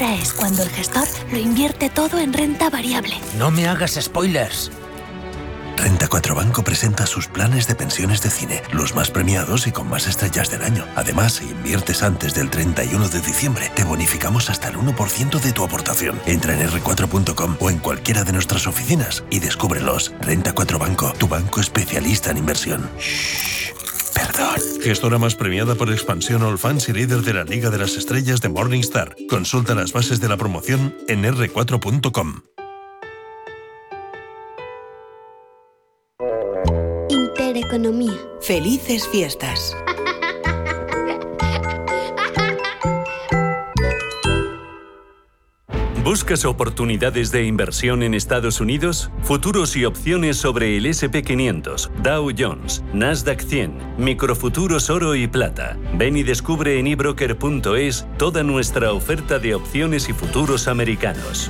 Ahora es cuando el gestor lo invierte todo en renta variable. No me hagas spoilers. Renta 4 Banco presenta sus planes de pensiones de cine, los más premiados y con más estrellas del año. Además, si inviertes antes del 31 de diciembre, te bonificamos hasta el 1% de tu aportación. Entra en r4.com o en cualquiera de nuestras oficinas y descúbrelos. Renta 4 Banco, tu banco especialista en inversión. Shh, perdón. Gestora más premiada por expansión All Fans y líder de la Liga de las Estrellas de Morningstar. Consulta las bases de la promoción en r4.com. Economía. Felices fiestas. ¿Buscas oportunidades de inversión en Estados Unidos? Futuros y opciones sobre el S&P 500, Dow Jones, Nasdaq 100, microfuturos oro y plata. Ven y descubre en ebroker.es toda nuestra oferta de opciones y futuros americanos.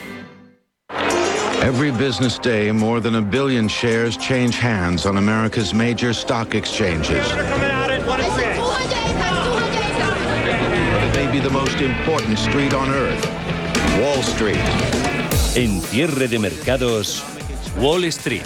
Every business day, more than 1 billion shares change hands on America's major stock exchanges. It may be the most important street on earth, Wall Street. En cierre de mercados, Wall Street.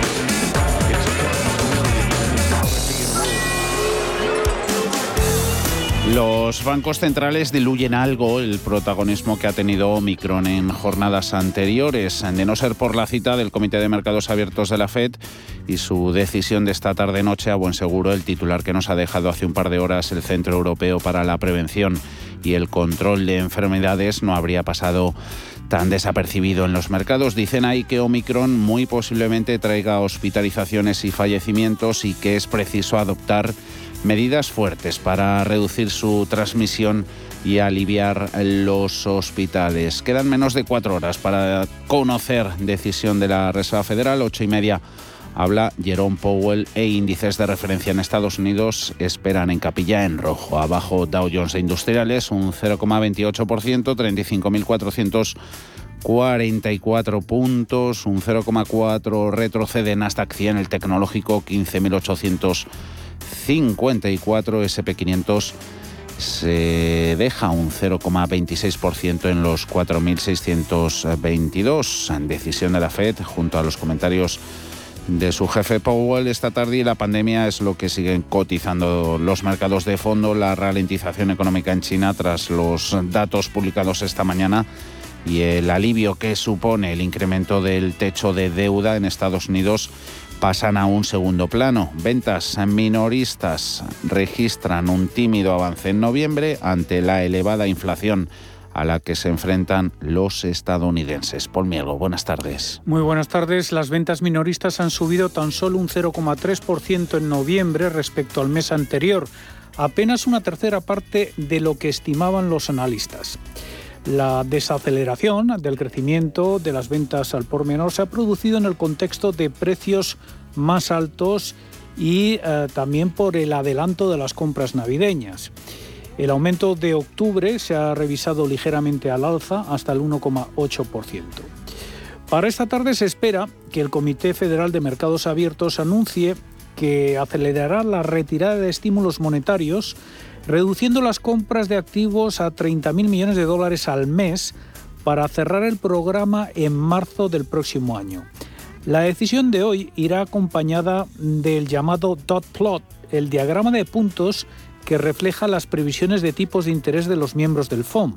Los bancos centrales diluyen algo el protagonismo que ha tenido Omicron en jornadas anteriores, de no ser por la cita del Comité de Mercados Abiertos de la FED y su decisión de esta tarde-noche. A buen seguro, el titular que nos ha dejado hace un par de horas el Centro Europeo para la Prevención y el Control de Enfermedades no habría pasado tan desapercibido en los mercados. Dicen ahí que Omicron muy posiblemente traiga hospitalizaciones y fallecimientos y que es preciso adoptar medidas fuertes para reducir su transmisión y aliviar los hospitales. Quedan menos de 4 horas para conocer decisión de la Reserva Federal. 8:30 habla Jerome Powell e índices de referencia en Estados Unidos esperan en capilla en rojo. Abajo Dow Jones e Industriales un 0,28%, 35.444 puntos, un 0,4 retrocede Nasdaq 100, el tecnológico 15.854, S&P 500 se deja un 0,26% en los 4.622. En decisión de la FED, junto a los comentarios de su jefe Powell esta tarde, y la pandemia es lo que siguen cotizando los mercados de fondo. La ralentización económica en China tras los datos publicados esta mañana y el alivio que supone el incremento del techo de deuda en Estados Unidos pasan a un segundo plano. Ventas minoristas registran un tímido avance en noviembre ante la elevada inflación a la que se enfrentan los estadounidenses. Paul Mielgo, buenas tardes. Muy buenas tardes. Las ventas minoristas han subido tan solo un 0,3% en noviembre respecto al mes anterior, apenas una tercera parte de lo que estimaban los analistas. La desaceleración del crecimiento de las ventas al por menor se ha producido en el contexto de precios más altos y también por el adelanto de las compras navideñas. El aumento de octubre se ha revisado ligeramente al alza hasta el 1,8%. Para esta tarde se espera que el Comité Federal de Mercados Abiertos anuncie que acelerará la retirada de estímulos monetarios, reduciendo las compras de activos a $30.000 millones al mes para cerrar el programa en marzo del próximo año. La decisión de hoy irá acompañada del llamado dot plot, el diagrama de puntos que refleja las previsiones de tipos de interés de los miembros del FOMC.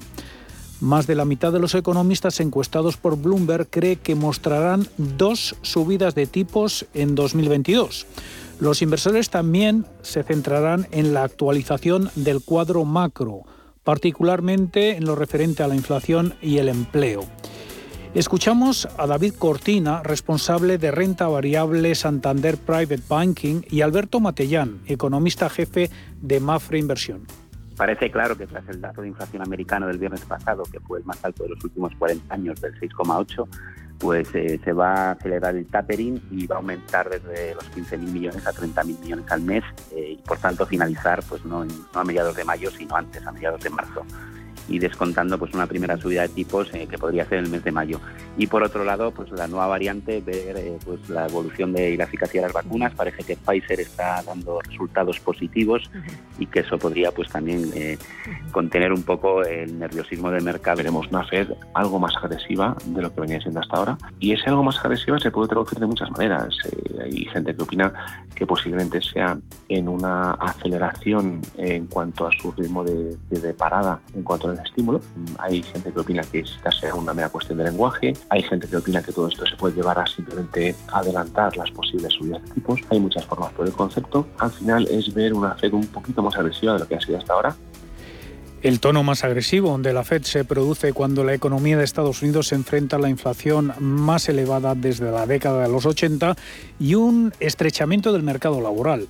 Más de la mitad de los economistas encuestados por Bloomberg cree que mostrarán 2 subidas de tipos en 2022. Los inversores también se centrarán en la actualización del cuadro macro, particularmente en lo referente a la inflación y el empleo. Escuchamos a David Cortina, responsable de renta variable Santander Private Banking, y Alberto Matellán, economista jefe de Mafre Inversión. Parece claro que tras el dato de inflación americano del viernes pasado, que fue el más alto de los últimos 40 años, del 6,8%, pues se va a acelerar el tapering y va a aumentar desde los 15.000 millones a 30.000 millones al mes y por tanto finalizar pues no a mediados de mayo, sino antes, a mediados de marzo. y descontando pues una primera subida de tipos que podría ser en el mes de mayo. Y por otro lado, pues la nueva variante, ver pues la evolución y la eficacia de las vacunas. Parece que Pfizer está dando resultados positivos y que eso podría pues también contener un poco el nerviosismo del mercado. Veremos una Fed algo más agresiva de lo que venía siendo hasta ahora, y ese algo más agresiva se puede traducir de muchas maneras. Hay gente que opina que posiblemente sea en una aceleración en cuanto a su ritmo de parada en cuanto al estímulo. Hay gente que opina que esta sea una mera cuestión de lenguaje. Hay gente que opina que todo esto se puede llevar a simplemente adelantar las posibles subidas de tipos. Hay muchas formas por el concepto. Al final es ver una Fed un poquito más agresiva de lo que ha sido hasta ahora. El tono más agresivo de la Fed se produce cuando la economía de Estados Unidos se enfrenta a la inflación más elevada desde la década de los 80 y un estrechamiento del mercado laboral.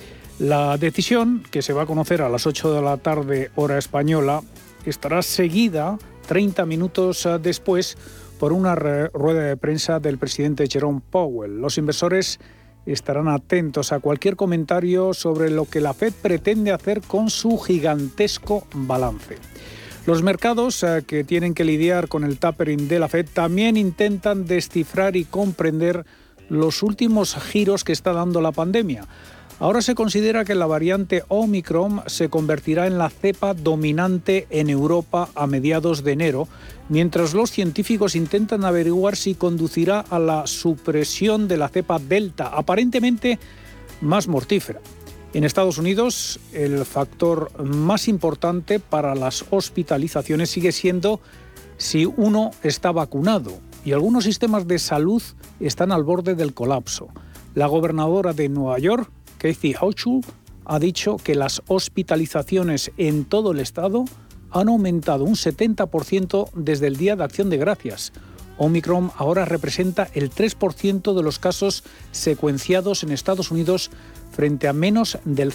La decisión, que se va a conocer a las 8 de la tarde hora española, estará seguida 30 minutos después por una rueda de prensa del presidente Jerome Powell. Los inversores estarán atentos a cualquier comentario sobre lo que la Fed pretende hacer con su gigantesco balance. Los mercados que tienen que lidiar con el tapering de la Fed también intentan descifrar y comprender los últimos giros que está dando la pandemia. Ahora se considera que la variante Omicron se convertirá en la cepa dominante en Europa a mediados de enero, mientras los científicos intentan averiguar si conducirá a la supresión de la cepa Delta, aparentemente más mortífera. En Estados Unidos, el factor más importante para las hospitalizaciones sigue siendo si uno está vacunado, y algunos sistemas de salud están al borde del colapso. La gobernadora de Nueva York, Kathy Hochul, ha dicho que las hospitalizaciones en todo el estado han aumentado un 70% desde el Día de Acción de Gracias. Omicron ahora representa el 3% de los casos secuenciados en Estados Unidos frente a menos del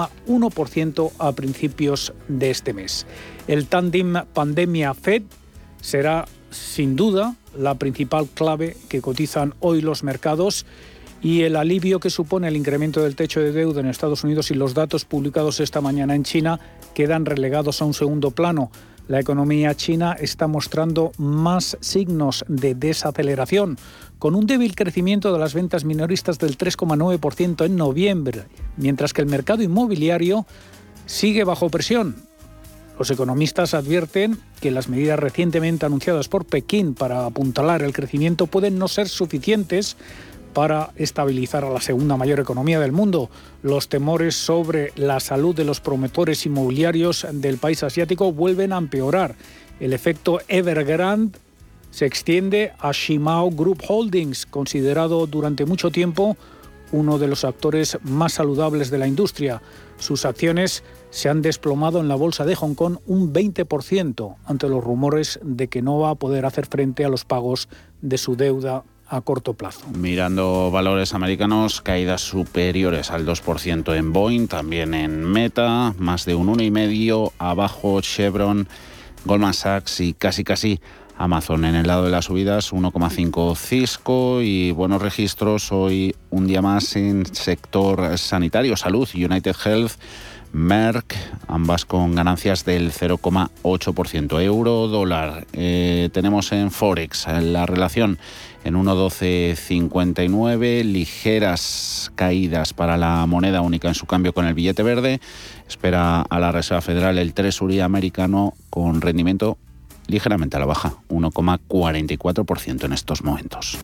0,1% a principios de este mes. El tándem pandemia-Fed será, sin duda, la principal clave que cotizan hoy los mercados, y el alivio que supone el incremento del techo de deuda en Estados Unidos y los datos publicados esta mañana en China quedan relegados a un segundo plano. La economía china está mostrando más signos de desaceleración, con un débil crecimiento de las ventas minoristas del 3,9% en noviembre, mientras que el mercado inmobiliario sigue bajo presión. Los economistas advierten que las medidas recientemente anunciadas por Pekín para apuntalar el crecimiento pueden no ser suficientes para estabilizar a la segunda mayor economía del mundo. Los temores sobre la salud de los promotores inmobiliarios del país asiático vuelven a empeorar. El efecto Evergrande se extiende a Shimao Group Holdings, considerado durante mucho tiempo uno de los actores más saludables de la industria. Sus acciones se han desplomado en la bolsa de Hong Kong un 20% ante los rumores de que no va a poder hacer frente a los pagos de su deuda a corto plazo. Mirando valores americanos, caídas superiores al 2% en Boeing, también en Meta, más de un 1,5%, abajo Chevron, Goldman Sachs y casi Amazon. En el lado de las subidas, 1,5% Cisco y buenos registros hoy un día más en sector sanitario, salud, United Health, Merck, ambas con ganancias del 0,8%. Euro, dólar. Tenemos en Forex la relación en 1,1259, ligeras caídas para la moneda única en su cambio con el billete verde. Espera a la Reserva Federal el Treasury americano con rendimiento ligeramente a la baja, 1,44% en estos momentos.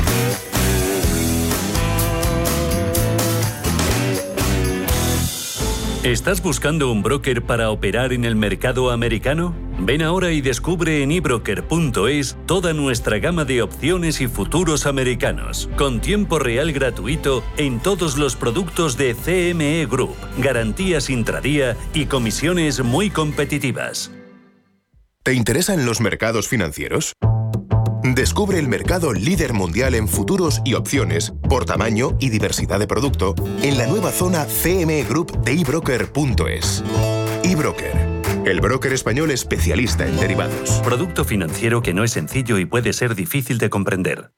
¿Estás buscando un broker para operar en el mercado americano? Ven ahora y descubre en ebroker.es toda nuestra gama de opciones y futuros americanos, con tiempo real gratuito en todos los productos de CME Group, garantías intradía y comisiones muy competitivas. ¿Te interesan los mercados financieros? Descubre el mercado líder mundial en futuros y opciones, por tamaño y diversidad de producto, en la nueva zona CME Group de ebroker.es. eBroker, el broker español especialista en derivados. Producto financiero que no es sencillo y puede ser difícil de comprender.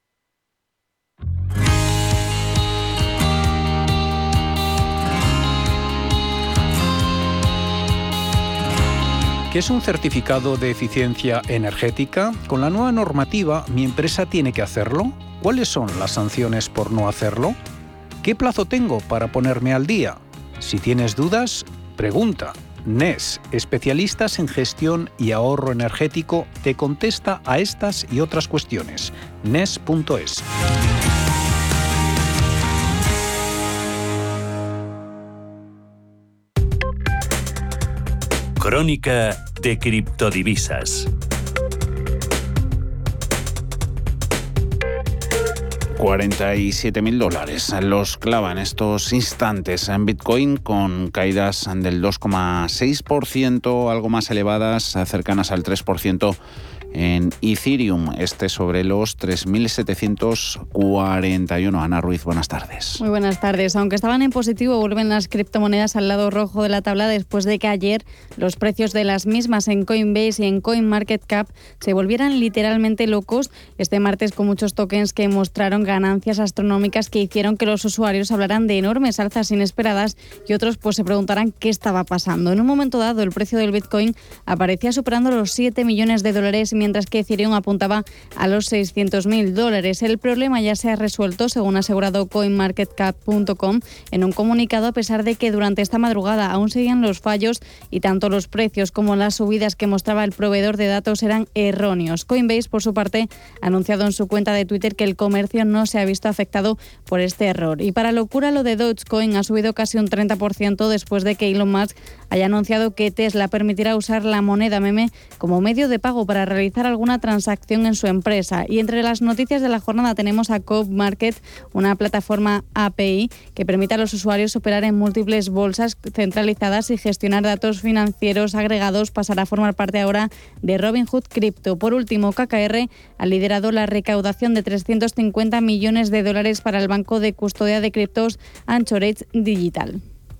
¿Qué es un certificado de eficiencia energética? Con la nueva normativa, ¿mi empresa tiene que hacerlo? ¿Cuáles son las sanciones por no hacerlo? ¿Qué plazo tengo para ponerme al día? Si tienes dudas, pregunta. NES, especialistas en gestión y ahorro energético, te contesta a estas y otras cuestiones. NES.es. Crónica de criptodivisas. $47.000 los clava en estos instantes en Bitcoin, con caídas del 2,6%, algo más elevadas, cercanas al 3% en Ethereum, sobre los 3.741. Ana Ruiz, buenas tardes. Muy buenas tardes. Aunque estaban en positivo, vuelven las criptomonedas al lado rojo de la tabla después de que ayer los precios de las mismas en Coinbase y en CoinMarketCap se volvieran literalmente locos este martes, con muchos tokens que mostraron ganancias astronómicas que hicieron que los usuarios hablaran de enormes alzas inesperadas y otros pues se preguntaran qué estaba pasando. En un momento dado, el precio del Bitcoin aparecía superando los $7 millones, mientras que Ethereum apuntaba a los $600.000. El problema ya se ha resuelto, según ha asegurado CoinMarketCap.com en un comunicado, a pesar de que durante esta madrugada aún seguían los fallos y tanto los precios como las subidas que mostraba el proveedor de datos eran erróneos. Coinbase, por su parte, ha anunciado en su cuenta de Twitter que el comercio no se ha visto afectado por este error. Y para locura, lo de Dogecoin ha subido casi un 30% después de que Elon Musk haya anunciado que Tesla permitirá usar la moneda meme como medio de pago para realizar alguna transacción en su empresa. Y entre las noticias de la jornada tenemos a Coop Market, una plataforma API que permite a los usuarios operar en múltiples bolsas centralizadas y gestionar datos financieros agregados. Pasará a formar parte ahora de Robinhood Crypto. Por último, KKR ha liderado la recaudación de $350 millones para el banco de custodia de criptos Anchorage Digital.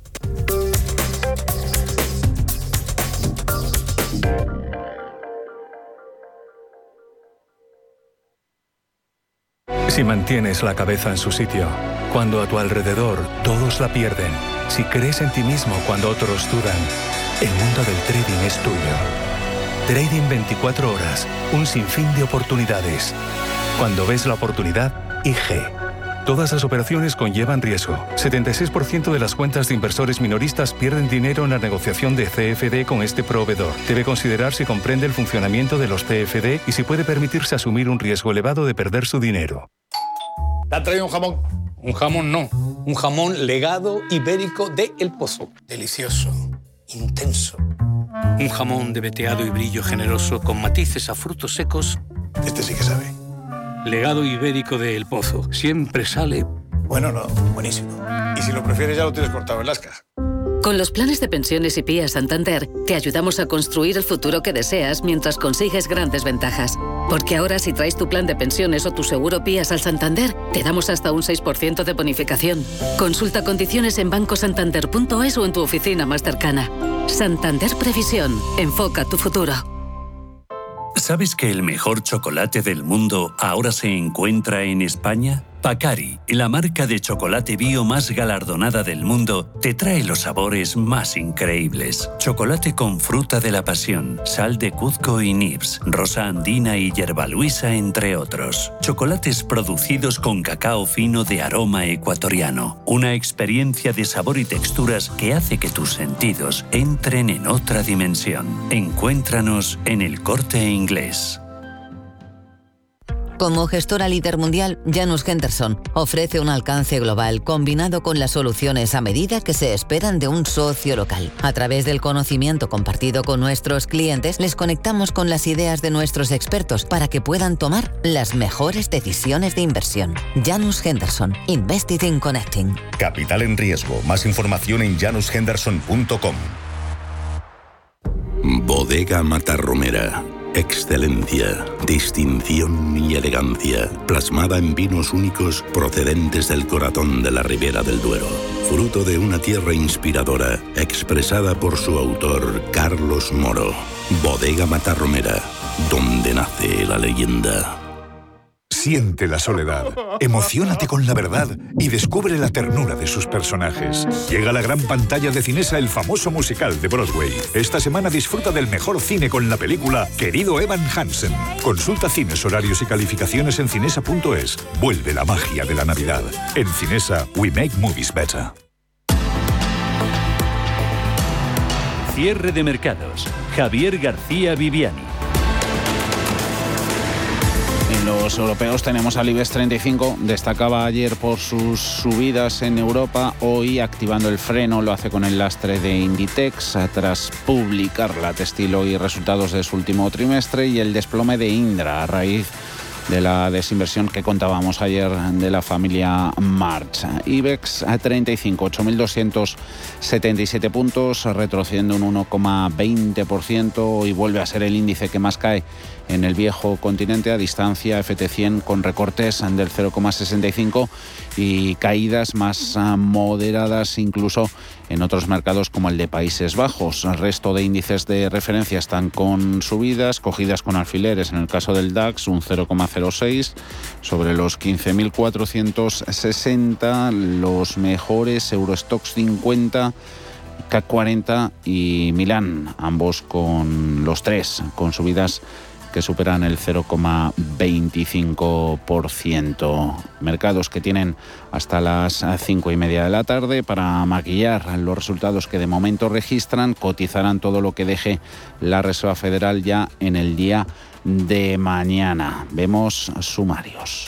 Si mantienes la cabeza en su sitio, cuando a tu alrededor todos la pierden, si crees en ti mismo cuando otros dudan, el mundo del trading es tuyo. Trading 24 horas, un sinfín de oportunidades. Cuando ves la oportunidad, IG. Todas las operaciones conllevan riesgo. 76% de las cuentas de inversores minoristas pierden dinero en la negociación de CFD con este proveedor. Debe considerar si comprende el funcionamiento de los CFD y si puede permitirse asumir un riesgo elevado de perder su dinero. ¿Te han traído un jamón? Un jamón no. Un jamón legado ibérico de El Pozo. Delicioso. Intenso. Un jamón de veteado y brillo generoso con matices a frutos secos. Este sí que sabe. Legado ibérico de El Pozo. Siempre sale... Bueno, no. Buenísimo. Y si lo prefieres ya lo tienes cortado en lasca. Con los planes de pensiones y PIA Santander, te ayudamos a construir el futuro que deseas mientras consigues grandes ventajas. Porque ahora, si traes tu plan de pensiones o tu seguro PIAS al Santander, te damos hasta un 6% de bonificación. Consulta condiciones en bancosantander.es o en tu oficina más cercana. Santander Previsión. Enfoca tu futuro. ¿Sabes que el mejor chocolate del mundo ahora se encuentra en España? Pacari, la marca de chocolate bio más galardonada del mundo, te trae los sabores más increíbles. Chocolate con fruta de la pasión, sal de Cuzco y Nibs, rosa andina y yerba luisa, entre otros. Chocolates producidos con cacao fino de aroma ecuatoriano. Una experiencia de sabor y texturas que hace que tus sentidos entren en otra dimensión. Encuéntranos en El Corte Inglés. Como gestora líder mundial, Janus Henderson ofrece un alcance global combinado con las soluciones a medida que se esperan de un socio local. A través del conocimiento compartido con nuestros clientes, les conectamos con las ideas de nuestros expertos para que puedan tomar las mejores decisiones de inversión. Janus Henderson. Invested in Connecting. Capital en riesgo. Más información en janushenderson.com. Bodega Matarromera. Excelencia, distinción y elegancia, plasmada en vinos únicos procedentes del corazón de la Ribera del Duero. Fruto de una tierra inspiradora, expresada por su autor, Carlos Moro. Bodega Matarromera, donde nace la leyenda. Siente la soledad, emociónate con la verdad y descubre la ternura de sus personajes. Llega a la gran pantalla de Cinesa el famoso musical de Broadway. Esta semana disfruta del mejor cine con la película Querido Evan Hansen. Consulta cines, horarios y calificaciones en cinesa.es. Vuelve la magia de la Navidad. En Cinesa, we make movies better. Cierre de mercados. Javier García Viviani. En los europeos tenemos al IBEX 35, destacaba ayer por sus subidas en Europa, hoy activando el freno, lo hace con el lastre de Inditex, tras publicar la textil hoy resultados de su último trimestre, y el desplome de Indra a raíz de la desinversión que contábamos ayer de la familia March. IBEX a 35, 8.277 puntos, retrocediendo un 1,20% y vuelve a ser el índice que más cae en el viejo continente. A distancia, FT100 con recortes del 0,65 y caídas más moderadas incluso en otros mercados como el de Países Bajos. El resto de índices de referencia están con subidas, cogidas con alfileres. En el caso del DAX, un 0,06 sobre los 15.460. Los mejores, Eurostoxx 50, CAC 40 y Milán, ambos con los tres, con subidas que superan el 0,25%. Mercados que tienen hasta las 5:30 de la tarde para maquillar los resultados que de momento registran. Cotizarán todo lo que deje la Reserva Federal ya en el día de mañana. Vemos sumarios.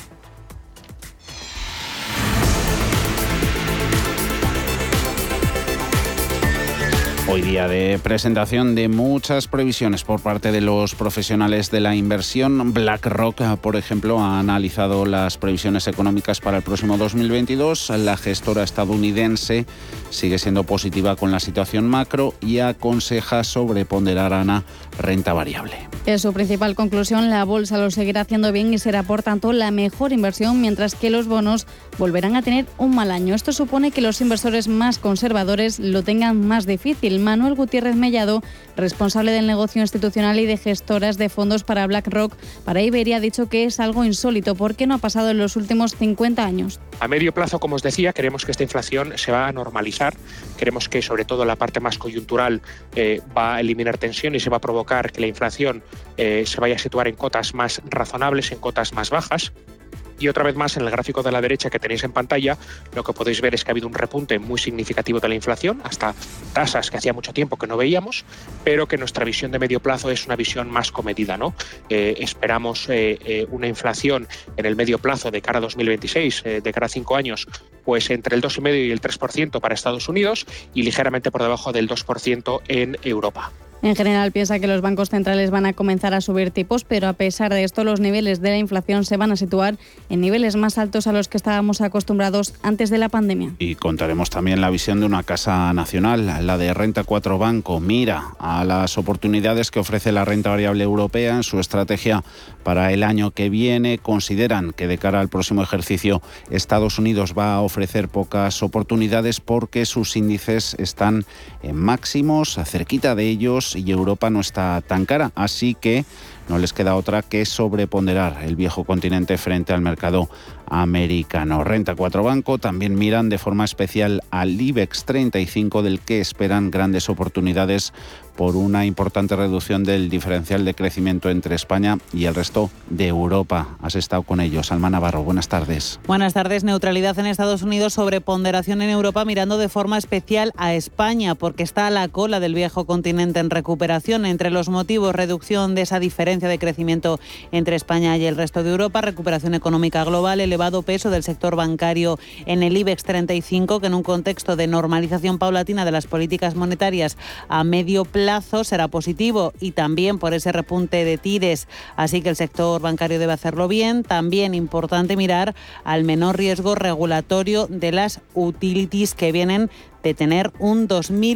Hoy día de presentación de muchas previsiones por parte de los profesionales de la inversión. BlackRock, por ejemplo, ha analizado las previsiones económicas para el próximo 2022. La gestora estadounidense sigue siendo positiva con la situación macro y aconseja sobreponderar, Ana, renta variable. Es su principal conclusión. La bolsa lo seguirá haciendo bien y será, por tanto, la mejor inversión, mientras que los bonos volverán a tener un mal año. Esto supone que los inversores más conservadores lo tengan más difícil. Manuel Gutiérrez Mellado, responsable del negocio institucional y de gestoras de fondos para BlackRock, para Iberia, ha dicho que es algo insólito porque no ha pasado en los últimos 50 años. A medio plazo, como os decía, creemos que esta inflación se va a normalizar. Creemos que, sobre todo, la parte más coyuntural va a eliminar tensión y se va a provocar que la inflación se vaya a situar en cotas más razonables, en cotas más bajas. Y otra vez más, en el gráfico de la derecha que tenéis en pantalla, lo que podéis ver es que ha habido un repunte muy significativo de la inflación, hasta tasas que hacía mucho tiempo que no veíamos, pero que nuestra visión de medio plazo es una visión más comedida, ¿no? Esperamos una inflación en el medio plazo de cara a 2026, de cara a 5 años, pues entre el 2,5% y el 3% para Estados Unidos y ligeramente por debajo del 2% en Europa. En general, piensa que los bancos centrales van a comenzar a subir tipos, pero a pesar de esto, los niveles de la inflación se van a situar en niveles más altos a los que estábamos acostumbrados antes de la pandemia. Y contaremos también la visión de una casa nacional, la de Renta 4 Banco. Mira a las oportunidades que ofrece la renta variable europea en su estrategia para el año que viene. Consideran que de cara al próximo ejercicio Estados Unidos va a ofrecer pocas oportunidades porque sus índices están en máximos, cerquita de ellos, y Europa no está tan cara, así que no les queda otra que sobreponderar el viejo continente frente al mercado americano. Renta 4 Banco también miran de forma especial al IBEX 35, del que esperan grandes oportunidades por una importante reducción del diferencial de crecimiento entre España y el resto de Europa. Has estado con ellos. Alma Navarro, buenas tardes. Buenas tardes. Neutralidad en Estados Unidos, sobreponderación en Europa, mirando de forma especial a España, porque está a la cola del viejo continente en recuperación. Entre los motivos, reducción de esa diferencia de crecimiento entre España y el resto de Europa, recuperación económica global, elevado peso del sector bancario en el IBEX 35, que en un contexto de normalización paulatina de las políticas monetarias a medio plazo será positivo, y también por ese repunte de tires, así que el sector bancario debe hacerlo bien. También importante mirar al menor riesgo regulatorio de las utilities, que vienen de tener un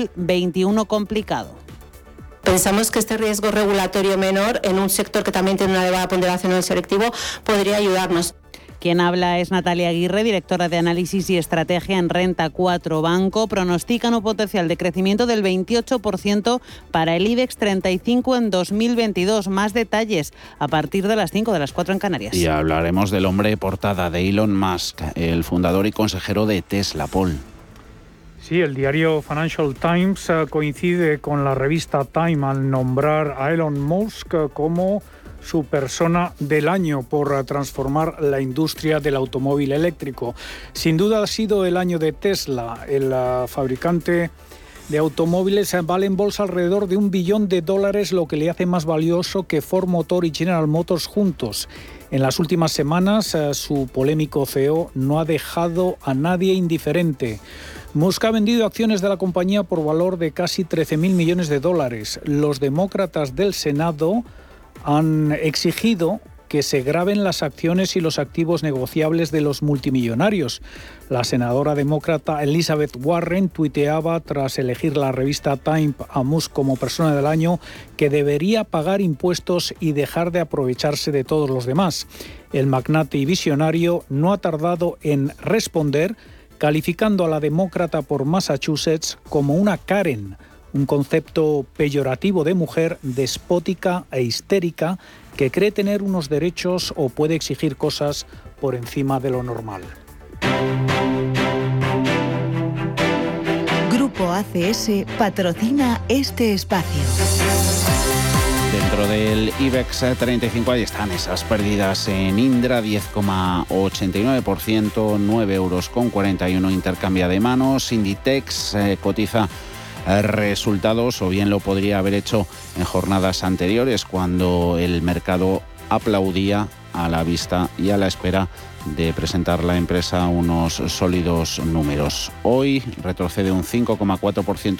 2021 complicado. Pensamos que este riesgo regulatorio menor en un sector que también tiene una elevada ponderación en el selectivo podría ayudarnos. Quien habla es Natalia Aguirre, directora de Análisis y Estrategia en Renta 4 Banco. Pronostican un potencial de crecimiento del 28% para el IBEX 35 en 2022. Más detalles a partir de las 5, de las 4 en Canarias. Y hablaremos del hombre portada de Elon Musk, el fundador y consejero de Tesla, Paul. Sí, el diario Financial Times coincide con la revista Time al nombrar a Elon Musk como su persona del año por transformar la industria del automóvil eléctrico. Sin duda ha sido el año de Tesla. El fabricante de automóviles vale en bolsa alrededor de $1 billón, lo que le hace más valioso que Ford Motor y General Motors juntos. En las últimas semanas, su polémico CEO no ha dejado a nadie indiferente. Musk ha vendido acciones de la compañía por valor de casi $13.000 millones. Los demócratas del Senado han exigido que se graben las acciones y los activos negociables de los multimillonarios. La senadora demócrata Elizabeth Warren tuiteaba tras elegir la revista Time a Musk como persona del año que debería pagar impuestos y dejar de aprovecharse de todos los demás. El magnate y visionario no ha tardado en responder, calificando a la demócrata por Massachusetts como una Karen, un concepto peyorativo de mujer despótica e histérica que cree tener unos derechos o puede exigir cosas por encima de lo normal. Grupo ACS patrocina este espacio. Dentro del IBEX 35 ahí están esas pérdidas en Indra, 10,89%, 9,41 € intercambia de manos. Inditex cotiza resultados, o bien lo podría haber hecho en jornadas anteriores cuando el mercado aplaudía a la vista y a la espera de presentar la empresa unos sólidos números. Hoy retrocede un 5,4%,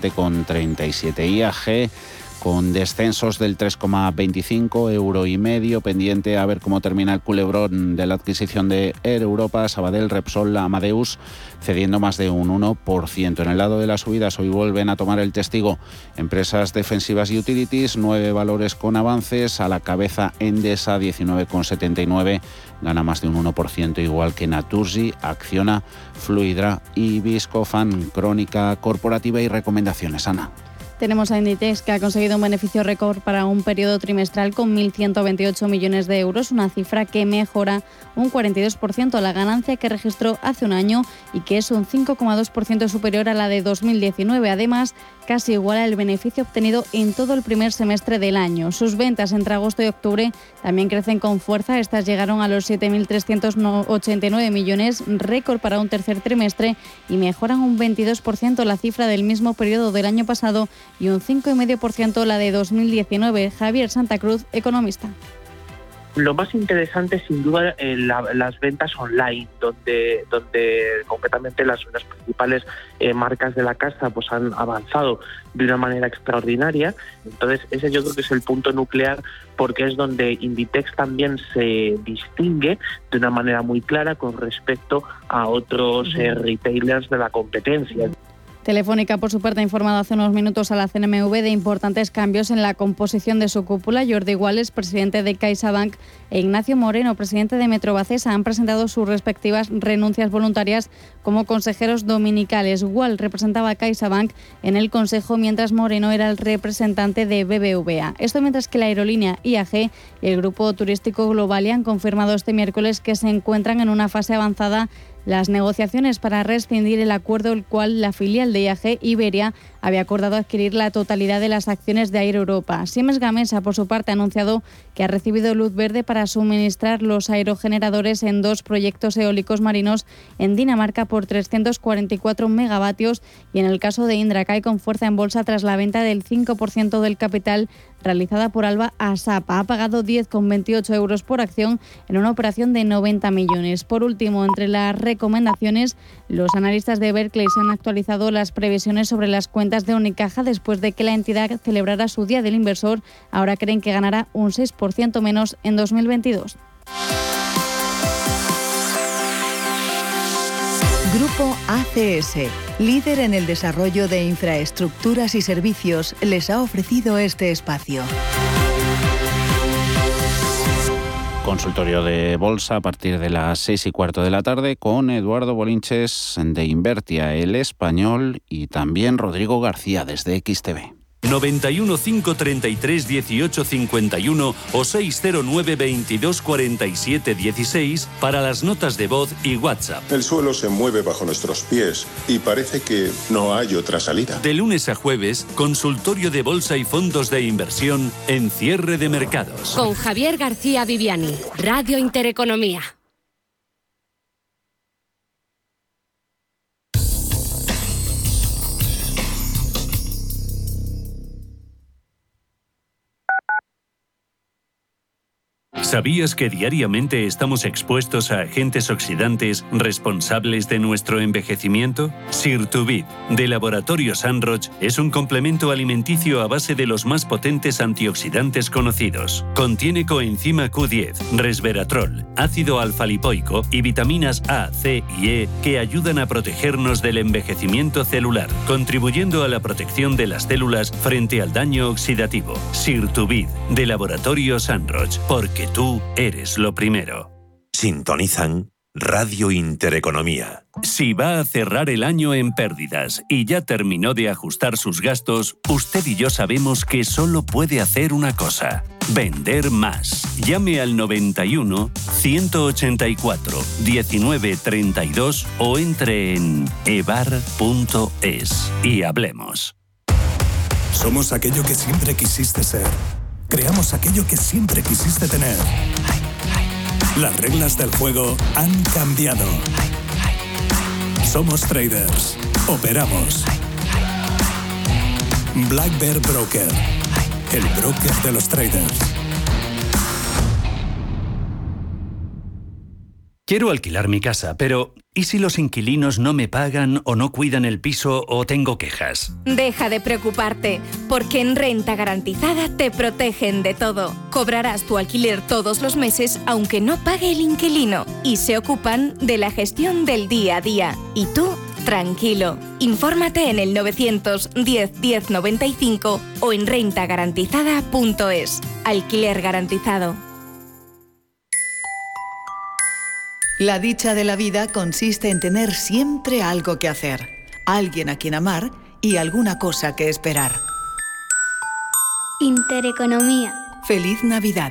27,37. IAG con descensos del 3,25, €1,5, pendiente a ver cómo termina el culebrón de la adquisición de Air Europa, Sabadell, Repsol, Amadeus, cediendo más de un 1%. En el lado de las subidas, hoy vuelven a tomar el testigo empresas defensivas y utilities, 9 valores con avances, a la cabeza Endesa, 19,79, gana más de un 1%, igual que Naturgy, Acciona, Fluidra y Viscofan. Crónica corporativa y recomendaciones, Ana. Tenemos a Inditex, que ha conseguido un beneficio récord para un periodo trimestral con 1.128 millones de euros, una cifra que mejora un 42% la ganancia que registró hace un año y que es un 5,2% superior a la de 2019. Además, casi iguala el beneficio obtenido en todo el primer semestre del año. Sus ventas entre agosto y octubre también crecen con fuerza. Estas llegaron a los 7.389 millones, récord para un tercer trimestre, y mejoran un 22% la cifra del mismo periodo del año pasado y un 5,5% la de 2019. Javier Santa Cruz, economista. Lo más interesante, sin duda, las ventas online, donde concretamente las principales marcas de la casa pues han avanzado de una manera extraordinaria. Entonces, ese yo creo que es el punto nuclear, porque es donde Inditex también se distingue de una manera muy clara con respecto a otros retailers de la competencia. Telefónica, por su parte, ha informado hace unos minutos a la CNMV de importantes cambios en la composición de su cúpula. Jordi Guales, presidente de CaixaBank, e Ignacio Moreno, presidente de Metrobacesa, han presentado sus respectivas renuncias voluntarias como consejeros dominicales. Gual representaba a CaixaBank en el Consejo, mientras Moreno era el representante de BBVA. Esto mientras que la aerolínea IAG y el grupo turístico Globalia han confirmado este miércoles que se encuentran en una fase avanzada las negociaciones para rescindir el acuerdo, el cual la filial de IAG, Iberia, había acordado adquirir la totalidad de las acciones de Air Europa. Siemens Gamesa, por su parte, ha anunciado que ha recibido luz verde para suministrar los aerogeneradores en 2 proyectos eólicos marinos en Dinamarca por 344 megavatios, y en el caso de Indra cae con fuerza en bolsa tras la venta del 5% del capital realizada por Alba a Sapa. Ha pagado 10,28 € por acción en una operación de 90 millones. Por último, entre las recomendaciones, los analistas de Berkeley se han actualizado las previsiones sobre las cuentas de Unicaja después de que la entidad celebrara su Día del Inversor. Ahora creen que ganará un 6% menos en 2022. Grupo ACS, líder en el desarrollo de infraestructuras y servicios, les ha ofrecido este espacio. consultorio de bolsa a partir de las 6:15 de la tarde con Eduardo Bolinches de Invertia, El Español, y también Rodrigo García desde XTV. 91 533 18 51 o 609 22 47 16 para las notas de voz y WhatsApp. El suelo se mueve bajo nuestros pies y parece que no hay otra salida. De lunes a jueves, consultorio de bolsa y fondos de inversión en cierre de mercados. Con Javier García Viviani, Radio Intereconomía. ¿Sabías que diariamente estamos expuestos a agentes oxidantes responsables de nuestro envejecimiento? Sirtuvid, de Laboratorio Sanroch, es un complemento alimenticio a base de los más potentes antioxidantes conocidos. Contiene coenzima Q10, resveratrol, ácido alfa-lipoico y vitaminas A, C y E que ayudan a protegernos del envejecimiento celular, contribuyendo a la protección de las células frente al daño oxidativo. Sirtuvid, de Laboratorio Sanroch, porque tú eres lo primero. Sintonizan Radio Intereconomía. Si va a cerrar el año en pérdidas y ya terminó de ajustar sus gastos, usted y yo sabemos que solo puede hacer una cosa: vender más. Llame al 91 184 19 32 o entre en ebar.es y hablemos. Somos aquello que siempre quisiste ser. Creamos aquello que siempre quisiste tener. Las reglas del juego han cambiado. Somos traders. Operamos. Black Bear Broker. El broker de los traders. Quiero alquilar mi casa, pero ¿y si los inquilinos no me pagan o no cuidan el piso o tengo quejas? Deja de preocuparte, porque en Renta Garantizada te protegen de todo. Cobrarás tu alquiler todos los meses aunque no pague el inquilino y se ocupan de la gestión del día a día. Y tú, tranquilo. Infórmate en el 910 1095 o en rentagarantizada.es. Alquiler garantizado. La dicha de la vida consiste en tener siempre algo que hacer, alguien a quien amar y alguna cosa que esperar. Intereconomía. ¡Feliz Navidad!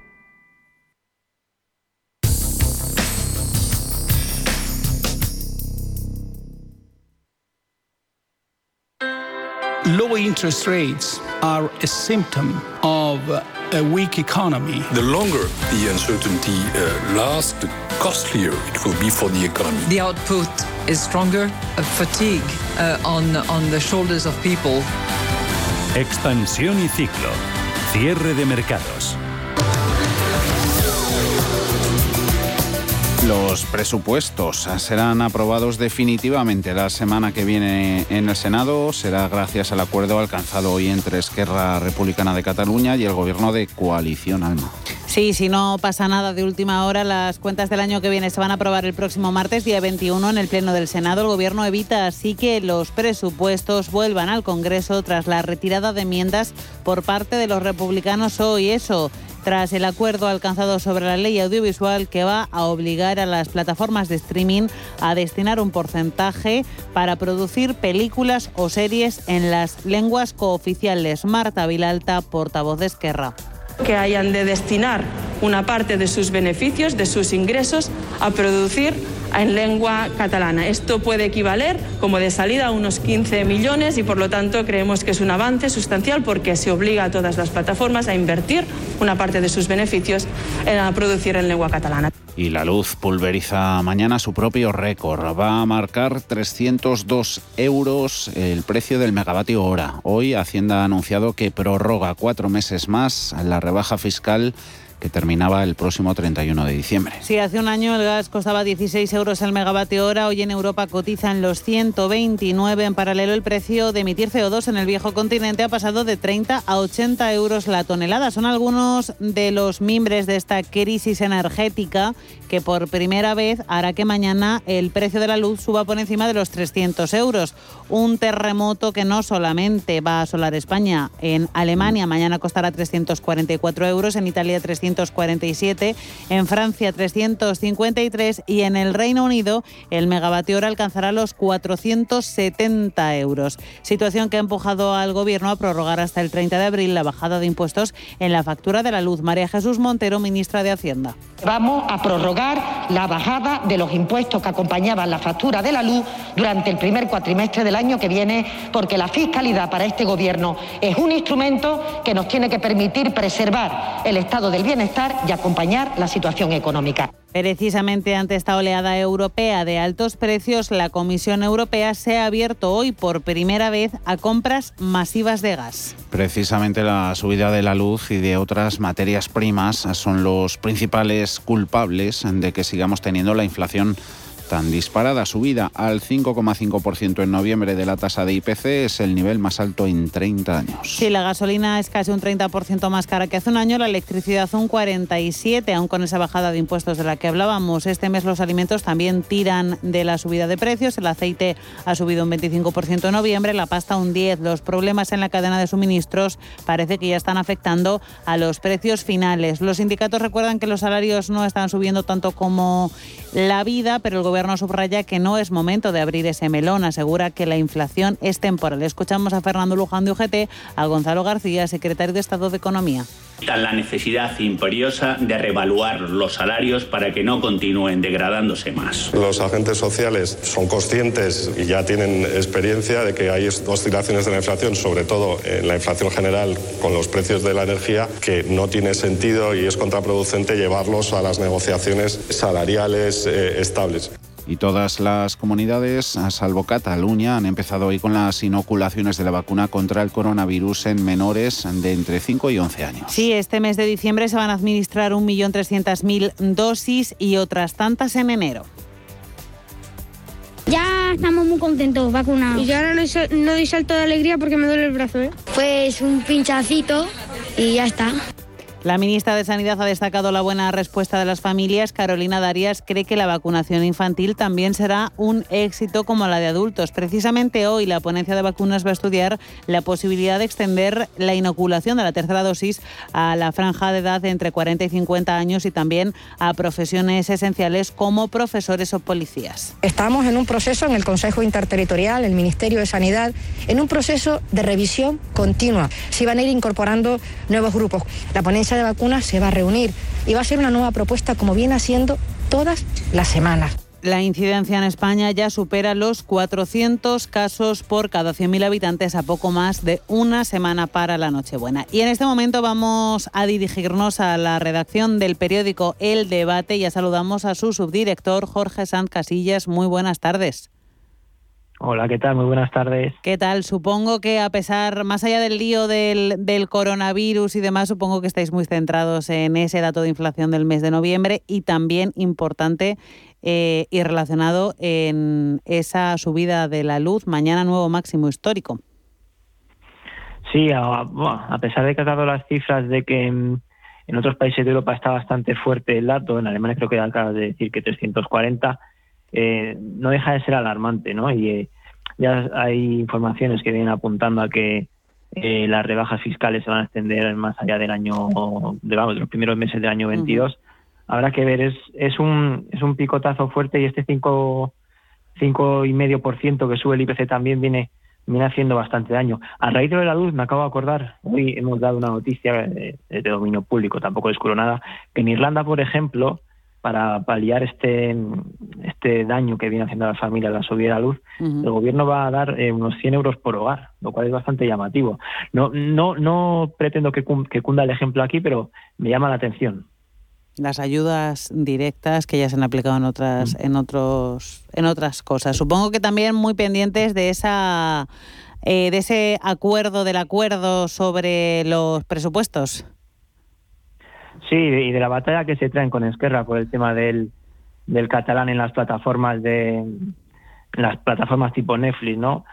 Low interest rates are a symptom of a weak economy. The longer the uncertainty lasts, the costlier it will be for the economy. The output is stronger, a fatigue on the shoulders of people. Expansión y ciclo. Cierre de mercados. Los presupuestos serán aprobados definitivamente la semana que viene en el Senado. Será gracias al acuerdo alcanzado hoy entre Esquerra Republicana de Cataluña y el Gobierno de coalición, Alma. Sí, si no pasa nada de última hora, las cuentas del año que viene se van a aprobar el próximo martes, día 21, en el Pleno del Senado. El Gobierno evita así que los presupuestos vuelvan al Congreso tras la retirada de enmiendas por parte de los republicanos hoy. Eso tras el acuerdo alcanzado sobre la ley audiovisual que va a obligar a las plataformas de streaming a destinar un porcentaje para producir películas o series en las lenguas cooficiales. Marta Vilalta, portavoz de Esquerra. Que hayan de destinar una parte de sus beneficios, de sus ingresos, a producir en lengua catalana. Esto puede equivaler, como de salida, a unos 15 millones y, por lo tanto, creemos que es un avance sustancial porque se obliga a todas las plataformas a invertir una parte de sus beneficios a producir en lengua catalana. Y la luz pulveriza mañana su propio récord. Va a marcar 302 euros el precio del megavatio hora. Hoy Hacienda ha anunciado que prorroga 4 meses más la rebaja fiscal que terminaba el próximo 31 de diciembre. Sí, hace un año el gas costaba 16 euros el megavatio hora, hoy en Europa cotiza en los 129. En paralelo, el precio de emitir CO2 en el viejo continente ha pasado de 30 a 80 euros la tonelada. Son algunos de los mimbres de esta crisis energética que por primera vez hará que mañana el precio de la luz suba por encima de los 300 euros. Un terremoto que no solamente va a asolar España. En Alemania mañana costará 344 euros, en Italia 300 247, en Francia 353 y en el Reino Unido el megavatio hora alcanzará los 470 euros. Situación que ha empujado al Gobierno a prorrogar hasta el 30 de abril la bajada de impuestos en la factura de la luz. María Jesús Montero, ministra de Hacienda. Vamos a prorrogar la bajada de los impuestos que acompañaban la factura de la luz durante el primer cuatrimestre del año que viene, porque la fiscalidad para este Gobierno es un instrumento que nos tiene que permitir preservar el estado del bienestar y acompañar la situación económica. Precisamente ante esta oleada europea de altos precios, la Comisión Europea se ha abierto hoy por primera vez a compras masivas de gas. Precisamente la subida de la luz y de otras materias primas son los principales culpables de que sigamos teniendo la inflación tan disparada. Subida al 5,5% en noviembre de la tasa de IPC, es el nivel más alto en 30 años. Sí, la gasolina es casi un 30% más cara que hace un año, la electricidad un 47%, aún con esa bajada de impuestos de la que hablábamos. Este mes los alimentos también tiran de la subida de precios, el aceite ha subido un 25% en noviembre, la pasta un 10%. Los problemas en la cadena de suministros parece que ya están afectando a los precios finales. Los sindicatos recuerdan que los salarios no están subiendo tanto como la vida, pero el Gobierno subraya que no es momento de abrir ese melón. Asegura que la inflación es temporal. Escuchamos a Fernando Luján de UGT, a Gonzalo García, secretario de Estado de Economía. La necesidad imperiosa de reevaluar los salarios para que no continúen degradándose más. Los agentes sociales son conscientes y ya tienen experiencia de que hay oscilaciones de la inflación, sobre todo en la inflación general con los precios de la energía, que no tiene sentido y es contraproducente llevarlos a las negociaciones salariales estables. Y todas las comunidades, a salvo Cataluña, han empezado hoy con las inoculaciones de la vacuna contra el coronavirus en menores de entre 5 y 11 años. Sí, este mes de diciembre se van a administrar 1.300.000 dosis y otras tantas en enero. Ya estamos muy contentos vacunados. Y yo ahora no doy salto de alegría porque me duele el brazo, ¿eh? Pues un pinchacito y ya está. La ministra de Sanidad ha destacado la buena respuesta de las familias. Carolina Darias cree que la vacunación infantil también será un éxito como la de adultos. Precisamente hoy la ponencia de vacunas va a estudiar la posibilidad de extender la inoculación de la tercera dosis a la franja de edad de entre 40 y 50 años y también a profesiones esenciales como profesores o policías. Estamos en un proceso en el Consejo Interterritorial, el Ministerio de Sanidad, en un proceso de revisión continua. Se van a ir incorporando nuevos grupos. La ponencia de vacunas se va a reunir y va a ser una nueva propuesta como viene haciendo todas las semanas. La incidencia en España ya supera los 400 casos por cada 100.000 habitantes a poco más de una semana para la Nochebuena. Y en este momento vamos a dirigirnos a la redacción del periódico El Debate. Ya saludamos a su subdirector, Jorge Sanz Casillas. Muy buenas tardes. Hola, ¿qué tal? Muy buenas tardes. ¿Qué tal? Supongo que a pesar, más allá del lío del coronavirus y demás, supongo que estáis muy centrados en ese dato de inflación del mes de noviembre y también importante y relacionado en esa subida de la luz, mañana nuevo máximo histórico. Sí, a pesar de que has dado las cifras de que en otros países de Europa está bastante fuerte el dato, en Alemania creo que acabas de decir que 340, no deja de ser alarmante, ¿no? Y ya hay informaciones que vienen apuntando a que las rebajas fiscales se van a extender más allá del año, de los primeros meses del año 22. Habrá que ver, es un picotazo fuerte y este 5,5% que sube el IPC también viene haciendo bastante daño. A raíz de la luz, me acabo de acordar, hoy hemos dado una noticia de dominio público, tampoco descubro nada, que en Irlanda, por ejemplo, para paliar este daño que viene haciendo a las familias la subida de la luz, el gobierno va a dar unos 100 euros por hogar, lo cual es bastante llamativo. No pretendo que cunda el ejemplo aquí, pero me llama la atención. Las ayudas directas que ya se han aplicado en otras cosas. Supongo que también muy pendientes de ese acuerdo sobre los presupuestos. Sí, y de la batalla que se traen con Esquerra por el tema del catalán en las plataformas tipo Netflix, ¿no?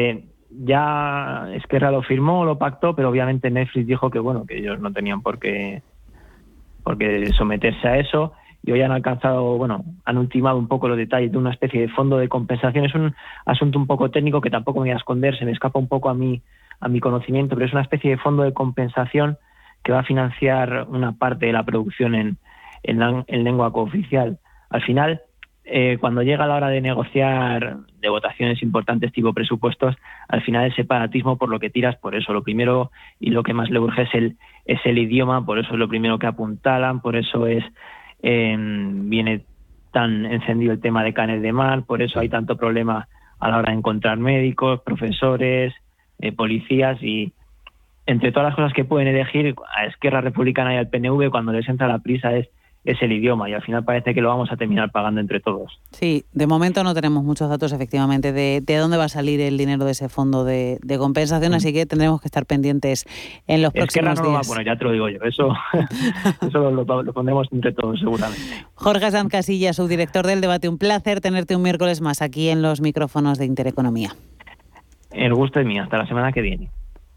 Ya Esquerra lo firmó, lo pactó, pero obviamente Netflix dijo que bueno, que ellos no tenían por qué someterse a eso, y hoy han ultimado un poco los detalles de una especie de fondo de compensación. Es un asunto un poco técnico que tampoco me voy a esconder, se me escapa un poco a mi conocimiento, pero es una especie de fondo de compensación que va a financiar una parte de la producción en lengua cooficial. Al final, cuando llega la hora de negociar de votaciones importantes tipo presupuestos, al final el separatismo por lo que tiras, por eso lo primero y lo que más le urge es el idioma, por eso es lo primero que apuntalan, por eso viene tan encendido el tema de Canet de Mar, por eso hay tanto problema a la hora de encontrar médicos, profesores, policías, y entre todas las cosas que pueden elegir a Esquerra Republicana y al PNV, cuando les entra la prisa es el idioma, y al final parece que lo vamos a terminar pagando entre todos. Sí, de momento no tenemos muchos datos efectivamente de dónde va a salir el dinero de ese fondo de compensación, así que tendremos que estar pendientes en los próximos días. No lo va a poner, ya te lo digo yo, eso lo pondremos entre todos seguramente. Jorge Sanz Casillas, subdirector del Debate, un placer tenerte un miércoles más aquí en los micrófonos de Intereconomía. El gusto es mío, hasta la semana que viene.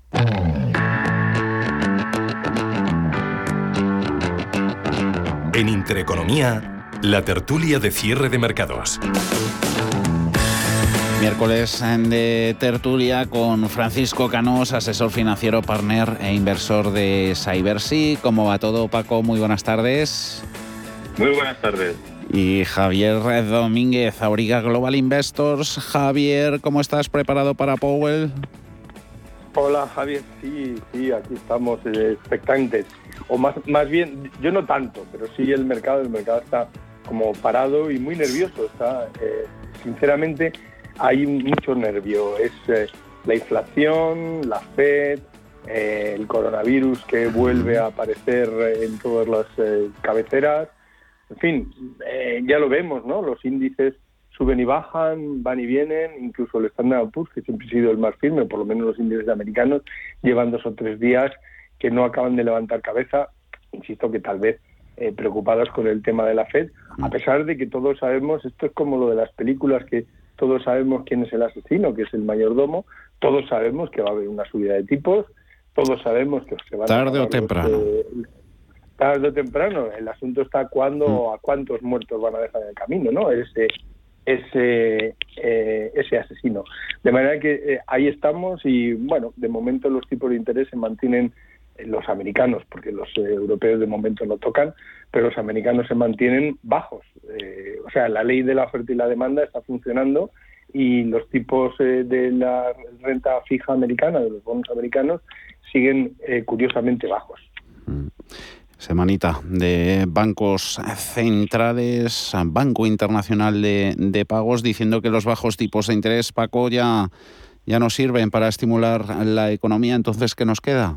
En Intereconomía, la tertulia de cierre de mercados. Miércoles de tertulia con Francisco Canós, asesor financiero, partner e inversor de Cybersea. ¿Cómo va todo, Paco? Muy buenas tardes. Muy buenas tardes. Y Javier Domínguez, Auriga Global Investors. Javier, ¿cómo estás? ¿Preparado para Powell? Hola, Javier. Sí, aquí estamos expectantes. O más bien, yo no tanto, pero sí el mercado está como parado y muy nervioso. Sinceramente, hay mucho nervio. Es la inflación, la Fed, el coronavirus que vuelve a aparecer en todas las cabeceras. En fin, ya lo vemos, ¿no? Los índices suben y bajan, van y vienen, incluso el Standard & Poor's, que siempre ha sido el más firme, por lo menos los índices americanos, llevan 2 o 3 días que no acaban de levantar cabeza, insisto que tal vez preocupados con el tema de la Fed, a pesar de que todos sabemos, esto es como lo de las películas, que todos sabemos quién es el asesino, que es el mayordomo, todos sabemos que va a haber una subida de tipos, todos sabemos que se van tarde o temprano. Tarde o temprano, el asunto está a cuántos muertos van a dejar en el camino, ¿no? Ese asesino. De manera que ahí estamos y, bueno, de momento los tipos de interés se mantienen, los americanos, porque los europeos de momento no tocan, pero los americanos se mantienen bajos. O sea, la ley de la oferta y la demanda está funcionando y los tipos de la renta fija americana, de los bonos americanos, siguen curiosamente bajos. Semanita de bancos centrales, Banco Internacional de Pagos, diciendo que los bajos tipos de interés, Paco, ya no sirven para estimular la economía. Entonces, ¿qué nos queda?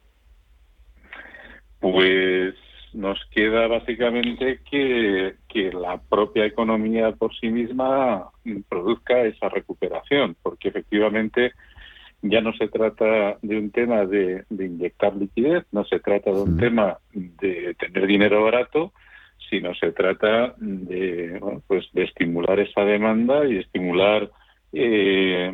Pues nos queda básicamente que la propia economía por sí misma produzca esa recuperación, porque efectivamente ya no se trata de un tema de inyectar liquidez, no se trata de un tema de tener dinero barato, sino se trata de estimular esa demanda y estimular que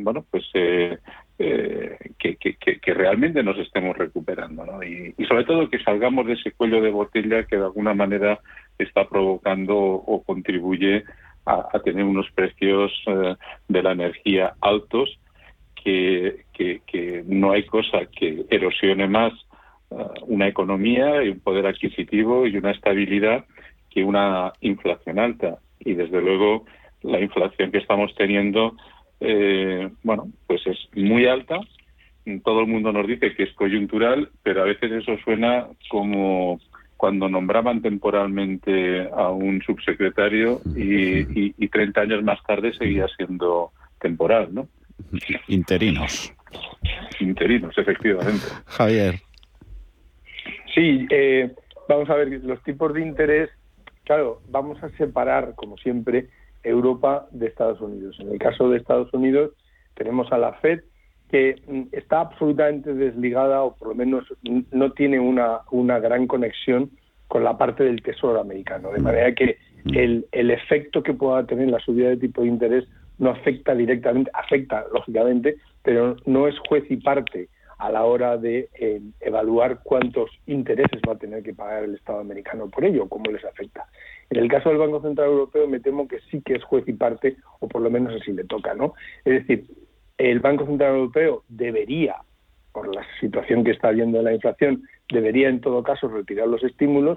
realmente nos estemos recuperando, ¿no? Y sobre todo que salgamos de ese cuello de botella que de alguna manera está provocando o contribuye a tener unos precios de la energía altos, que no hay cosa que erosione más una economía y un poder adquisitivo y una estabilidad que una inflación alta. Y desde luego la inflación que estamos teniendo pues es muy alta. Todo el mundo nos dice que es coyuntural, pero a veces eso suena como cuando nombraban temporalmente a un subsecretario y 30 años más tarde seguía siendo temporal, ¿no? Interinos, efectivamente. Javier. Sí, vamos a ver, los tipos de interés, claro, vamos a separar, como siempre, Europa de Estados Unidos. En el caso de Estados Unidos tenemos a la Fed, que está absolutamente desligada, o por lo menos no tiene una gran conexión con la parte del Tesoro americano, de manera que el efecto que pueda tener la subida de tipo de interés no afecta directamente, afecta lógicamente, pero no es juez y parte a la hora de evaluar cuántos intereses va a tener que pagar el Estado americano por ello, cómo les afecta. En el caso del Banco Central Europeo me temo que sí que es juez y parte, o por lo menos así le toca, ¿no? Es decir, el Banco Central Europeo debería, por la situación que está habiendo de la inflación, debería en todo caso retirar los estímulos,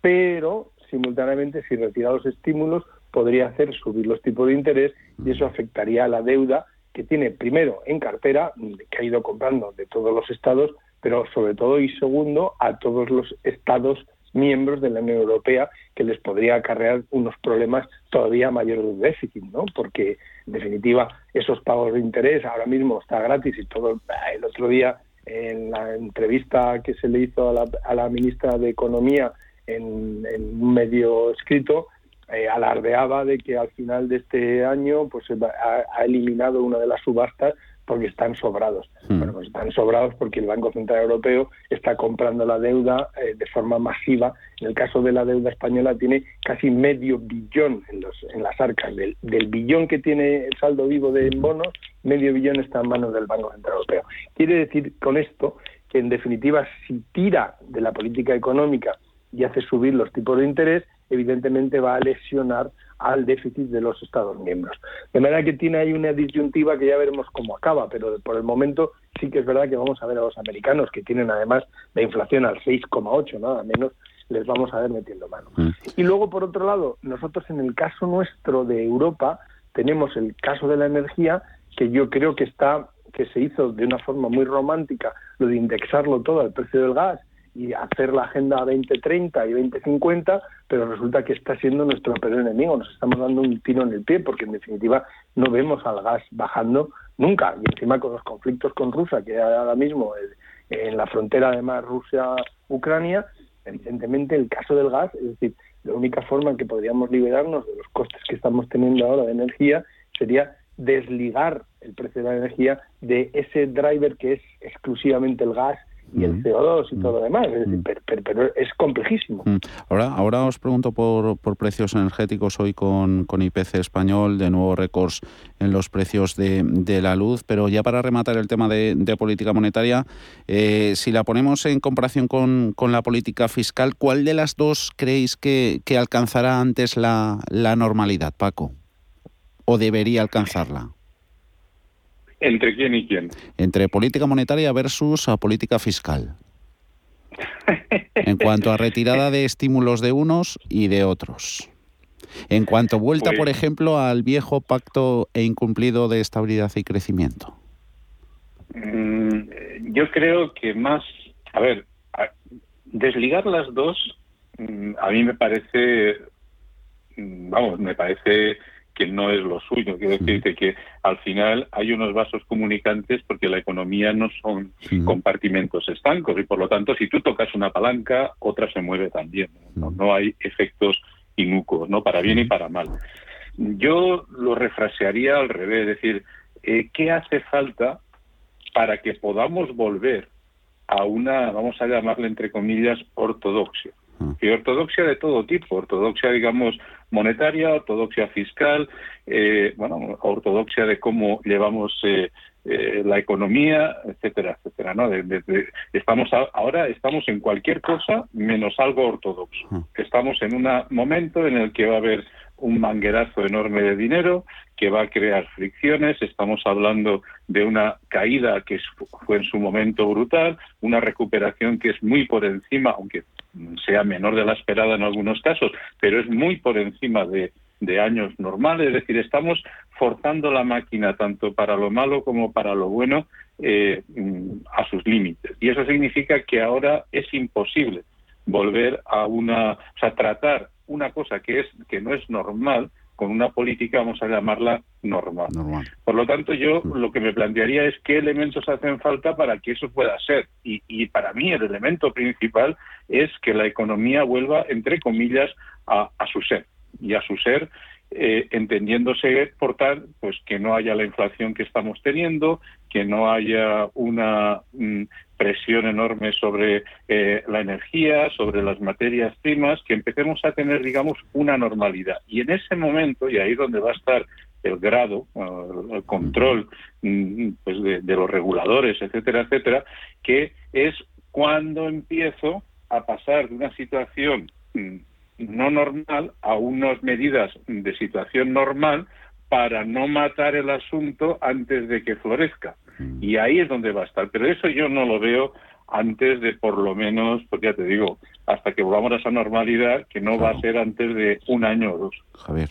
pero simultáneamente si retira los estímulos podría hacer subir los tipos de interés y eso afectaría a la deuda que tiene primero en cartera, que ha ido comprando de todos los estados, pero sobre todo y segundo a todos los estados miembros de la Unión Europea, que les podría acarrear unos problemas todavía mayores de déficit, ¿no? Porque en definitiva esos pagos de interés ahora mismo está gratis y todo. El otro día en la entrevista que se le hizo a la ministra de Economía en un medio escrito, alardeaba de que al final de este año pues ha eliminado una de las subastas porque están sobrados. Bueno, pues están sobrados porque el Banco Central Europeo está comprando la deuda de forma masiva. En el caso de la deuda española tiene casi medio billón en las arcas. Del billón que tiene el saldo vivo de bonos, medio billón está en manos del Banco Central Europeo. Quiere decir con esto que en definitiva si tira de la política económica y hace subir los tipos de interés, evidentemente va a lesionar al déficit de los Estados miembros. De manera que tiene ahí una disyuntiva que ya veremos cómo acaba, pero por el momento sí que es verdad que vamos a ver a los americanos, que tienen además la inflación al 6,8, nada menos, les vamos a ver metiendo mano. Y luego, por otro lado, nosotros en el caso nuestro de Europa tenemos el caso de la energía, que yo creo que se hizo de una forma muy romántica, lo de indexarlo todo al precio del gas, y hacer la agenda 2030 y 2050, pero resulta que está siendo nuestro peor enemigo. Nos estamos dando un tiro en el pie porque en definitiva no vemos al gas bajando nunca, y encima con los conflictos con Rusia, que ahora mismo en la frontera además Rusia-Ucrania, evidentemente el caso del gas, es decir, la única forma en que podríamos liberarnos de los costes que estamos teniendo ahora de energía sería desligar el precio de la energía de ese driver que es exclusivamente el gas y el CO2 y todo lo demás, es decir, pero es complejísimo. Ahora os pregunto por precios energéticos hoy con IPC español, de nuevo récords en los precios de la luz, pero ya para rematar el tema de política monetaria, si la ponemos en comparación con la política fiscal, ¿cuál de las dos creéis que alcanzará antes la normalidad, Paco? ¿O debería alcanzarla? ¿Entre quién y quién? Entre política monetaria versus a política fiscal. En cuanto a retirada de estímulos de unos y de otros. En cuanto a vuelta, por ejemplo, al viejo pacto incumplido de estabilidad y crecimiento. Yo creo que más... A ver, desligar las dos, a mí me parece... me parece que no es lo suyo. Quiero decirte que al final hay unos vasos comunicantes porque la economía no son compartimentos estancos y por lo tanto si tú tocas una palanca, otra se mueve también. No hay efectos inicuos, ¿no? Para bien y para mal. Yo lo refrasearía al revés, es decir, ¿qué hace falta para que podamos volver a una, vamos a llamarle entre comillas, ortodoxia? Y ortodoxia de todo tipo, ortodoxia, digamos, monetaria, ortodoxia fiscal, ortodoxia de cómo llevamos la economía, etcétera, etcétera, ¿no? Ahora estamos en cualquier cosa menos algo ortodoxo. Estamos en un momento en el que va a haber un manguerazo enorme de dinero que va a crear fricciones. Estamos hablando de una caída que fue en su momento brutal, una recuperación que es muy por encima, aunque sea menor de la esperada en algunos casos, pero es muy por encima de años normales. Es decir, estamos forzando la máquina tanto para lo malo como para lo bueno a sus límites. Y eso significa que ahora es imposible volver a tratar una cosa que no es normal con una política, vamos a llamarla normal. Por lo tanto, yo lo que me plantearía es qué elementos hacen falta para que eso pueda ser. Y para mí el elemento principal es que la economía vuelva, entre comillas, a su ser. Y a su ser, entendiéndose, por tal, pues que no haya la inflación que estamos teniendo, que no haya una presión enorme sobre la energía, sobre las materias primas, que empecemos a tener, digamos, una normalidad. Y en ese momento, y ahí es donde va a estar el grado, el control pues de los reguladores, etcétera, etcétera, que es cuando empiezo a pasar de una situación no normal a unas medidas de situación normal para no matar el asunto antes de que florezca. Y ahí es donde va a estar. Pero eso yo no lo veo antes de, por lo menos, pues ya te digo, hasta que volvamos a esa normalidad, que no va a ser antes de 1 año o 2. Javier.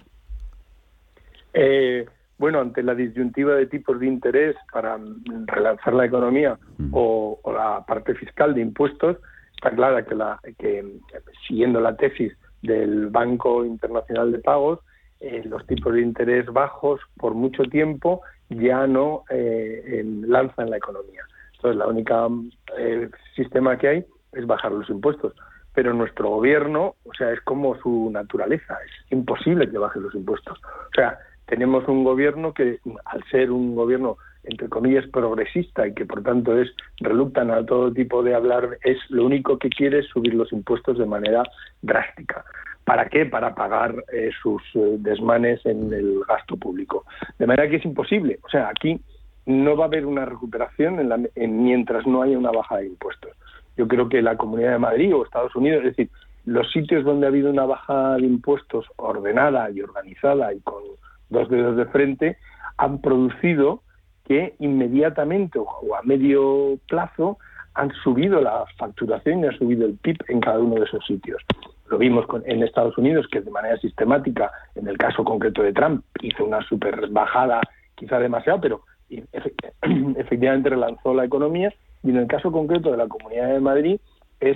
Bueno, ante la disyuntiva de tipos de interés para relanzar la economía o la parte fiscal de impuestos, está clara que siguiendo la tesis del Banco Internacional de Pagos, los tipos de interés bajos por mucho tiempo ya no lanzan la economía. Entonces, la única sistema que hay es bajar los impuestos. Pero nuestro gobierno, o sea, es como su naturaleza, es imposible que baje los impuestos. O sea, tenemos un gobierno que, al ser un gobierno, entre comillas, progresista y que, por tanto, reluctan a todo tipo de hablar, lo único que quiere es subir los impuestos de manera drástica. ¿Para qué? Para pagar sus desmanes en el gasto público. De manera que es imposible. O sea, aquí no va a haber una recuperación mientras no haya una baja de impuestos. Yo creo que la Comunidad de Madrid o Estados Unidos, es decir, los sitios donde ha habido una baja de impuestos ordenada y organizada y con 2 dedos de frente, han producido que inmediatamente o a medio plazo han subido la facturación y ha subido el PIB en cada uno de esos sitios. Lo vimos en Estados Unidos, que de manera sistemática, en el caso concreto de Trump, hizo una super bajada, quizá demasiado, pero efectivamente relanzó la economía. Y en el caso concreto de la Comunidad de Madrid es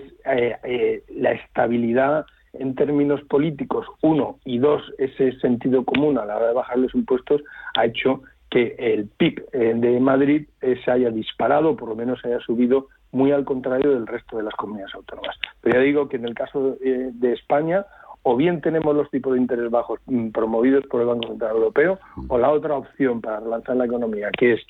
la estabilidad en términos políticos, 1, y 2, ese sentido común a la hora de bajar los impuestos ha hecho que el PIB de Madrid se haya disparado, por lo menos se haya subido muy al contrario del resto de las comunidades autónomas. Pero ya digo que en el caso de España, o bien tenemos los tipos de interés bajos promovidos por el Banco Central Europeo, o la otra opción para relanzar la economía, que es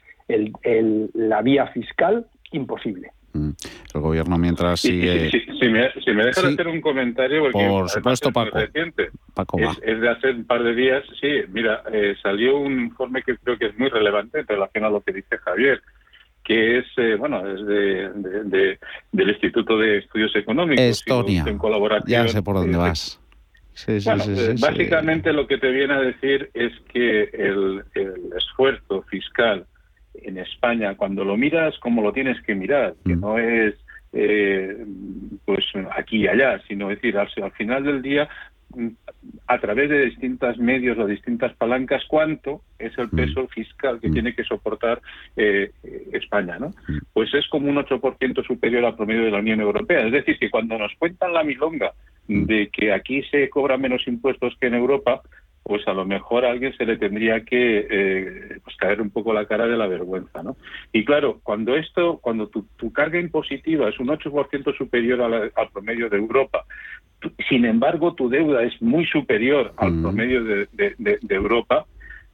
la vía fiscal, imposible. El gobierno mientras sigue... Si me dejas hacer un comentario, porque por supuesto, es Paco. Reciente. Paco va. Es de hace un par de días. Sí, mira, salió un informe que creo que es muy relevante en relación a lo que dice Javier, que es del Instituto de Estudios Económicos. Estonia. En colaboración, ya sé por dónde vas. Sí, básicamente lo que te viene a decir es que el esfuerzo fiscal en España, cuando lo miras como lo tienes que mirar, que no es pues aquí y allá, sino decir, al final del día, a través de distintos medios o distintas palancas, cuánto es el peso fiscal que tiene que soportar España, ¿no? Pues es como un 8% superior al promedio de la Unión Europea. Es decir, que cuando nos cuentan la milonga de que aquí se cobran menos impuestos que en Europa, pues a lo mejor a alguien se le tendría que caer un poco la cara de la vergüenza, ¿no? Y claro, cuando tu carga impositiva es un 8% superior al promedio de Europa, sin embargo tu deuda es muy superior al promedio de Europa,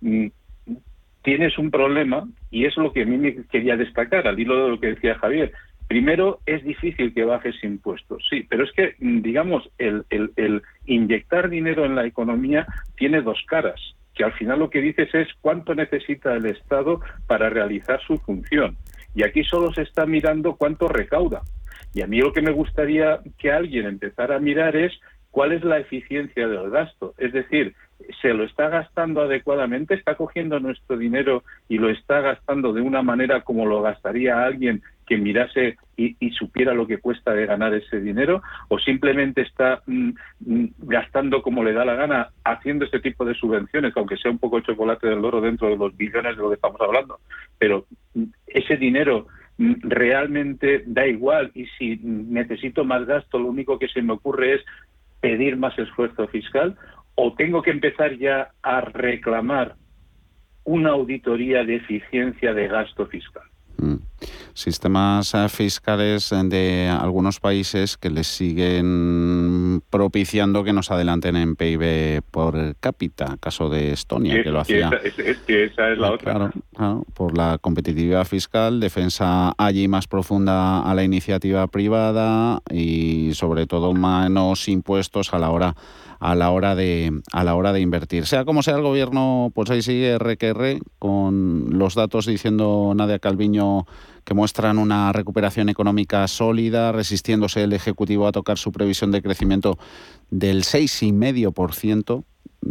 tienes un problema, y es lo que a mí me quería destacar, al hilo de lo que decía Javier. Primero, es difícil que bajes impuestos, sí, pero es que, digamos, el inyectar dinero en la economía tiene 2 caras, que al final lo que dices es cuánto necesita el Estado para realizar su función. Y aquí solo se está mirando cuánto recauda. Y a mí lo que me gustaría que alguien empezara a mirar es cuál es la eficiencia del gasto. Es decir, ¿se lo está gastando adecuadamente? ¿Está cogiendo nuestro dinero y lo está gastando de una manera como lo gastaría alguien que mirase y supiera lo que cuesta de ganar ese dinero? ¿O simplemente está gastando como le da la gana, haciendo este tipo de subvenciones, aunque sea un poco el chocolate del loro dentro de los billones de lo que estamos hablando? Pero ese dinero realmente da igual, y si necesito más gasto, lo único que se me ocurre es pedir más esfuerzo fiscal, o tengo que empezar ya a reclamar una auditoría de eficiencia de gasto fiscal. Sistemas fiscales de algunos países que les siguen propiciando que nos adelanten en PIB por cápita, caso de Estonia, que lo hacía. Esa es la otra. Claro, por la competitividad fiscal, defensa allí más profunda a la iniciativa privada y sobre todo menos impuestos a la hora de invertir. Sea como sea, el gobierno pues ahí sigue RQR, con los datos diciendo Nadia Calviño que muestran una recuperación económica sólida, resistiéndose el Ejecutivo a tocar su previsión de crecimiento del 6,5%,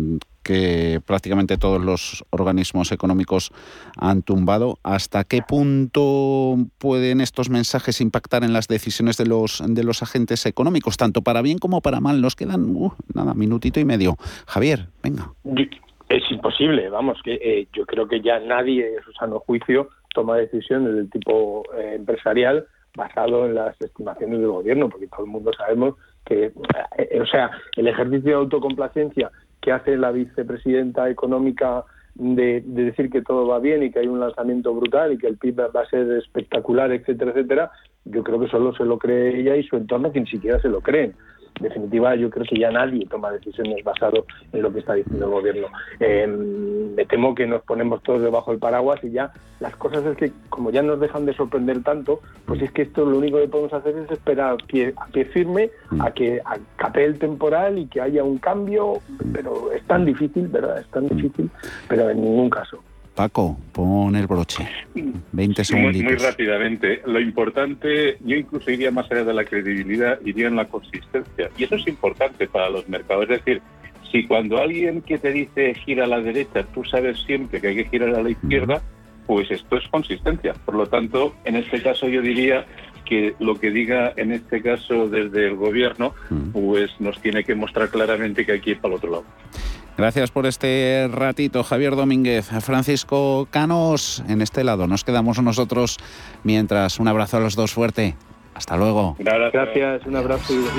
que prácticamente todos los organismos económicos han tumbado. ¿Hasta qué punto pueden estos mensajes impactar en las decisiones de los agentes económicos, tanto para bien como para mal? Nos quedan, minutito y medio. Javier, venga. Es imposible, vamos, que yo creo que ya nadie en su sano juicio toma decisiones del tipo empresarial basado en las estimaciones del gobierno, porque todo el mundo sabemos que, el ejercicio de autocomplacencia que hace la vicepresidenta económica de decir que todo va bien y que hay un lanzamiento brutal y que el PIB va a ser espectacular, etcétera, etcétera, yo creo que solo se lo cree ella y su entorno, que ni siquiera se lo creen. En definitiva, yo creo que ya nadie toma decisiones basado en lo que está diciendo el gobierno. Me temo que nos ponemos todos debajo del paraguas y ya las cosas es que, como ya nos dejan de sorprender tanto, pues es que esto lo único que podemos hacer es esperar a pie firme a que capee el temporal y que haya un cambio, pero es tan difícil, ¿verdad? Es tan difícil, pero en ningún caso. Paco, pon el broche. 20 segunditos. Muy rápidamente. Lo importante, yo incluso iría más allá de la credibilidad, iría en la consistencia. Y eso es importante para los mercados. Es decir, si cuando alguien que te dice gira a la derecha, tú sabes siempre que hay que girar a la izquierda, pues esto es consistencia. Por lo tanto, en este caso yo diría que lo que diga en este caso desde el gobierno, pues nos tiene que mostrar claramente que hay que ir para el otro lado. Gracias por este ratito, Javier Domínguez. Francisco Canos, en este lado nos quedamos nosotros mientras. Un abrazo a los dos fuerte. Hasta luego. Gracias, un abrazo y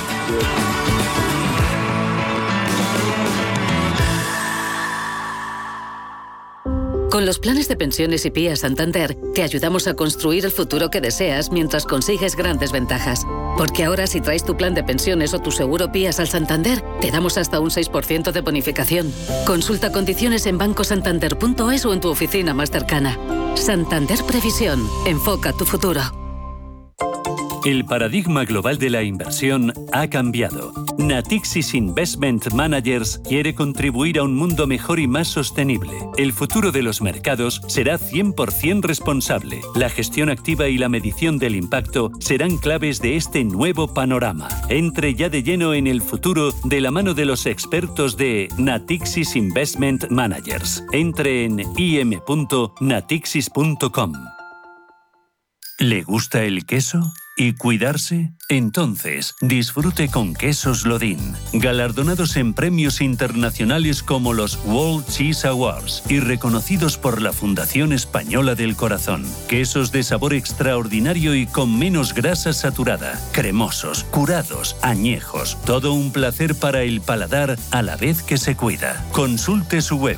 Con los planes de pensiones y PIA Santander, te ayudamos a construir el futuro que deseas mientras consigues grandes ventajas. Porque ahora, si traes tu plan de pensiones o tu seguro PIAS al Santander, te damos hasta un 6% de bonificación. Consulta condiciones en bancosantander.es o en tu oficina más cercana. Santander Previsión. Enfoca tu futuro. El paradigma global de la inversión ha cambiado. Natixis Investment Managers quiere contribuir a un mundo mejor y más sostenible. El futuro de los mercados será 100% responsable. La gestión activa y la medición del impacto serán claves de este nuevo panorama. Entre ya de lleno en el futuro de la mano de los expertos de Natixis Investment Managers. Entre en im.natixis.com. ¿Le gusta el queso? ¿Y cuidarse? Entonces, disfrute con Quesos Lodin, galardonados en premios internacionales como los World Cheese Awards y reconocidos por la Fundación Española del Corazón. Quesos de sabor extraordinario y con menos grasa saturada, cremosos, curados, añejos, todo un placer para el paladar a la vez que se cuida. Consulte su web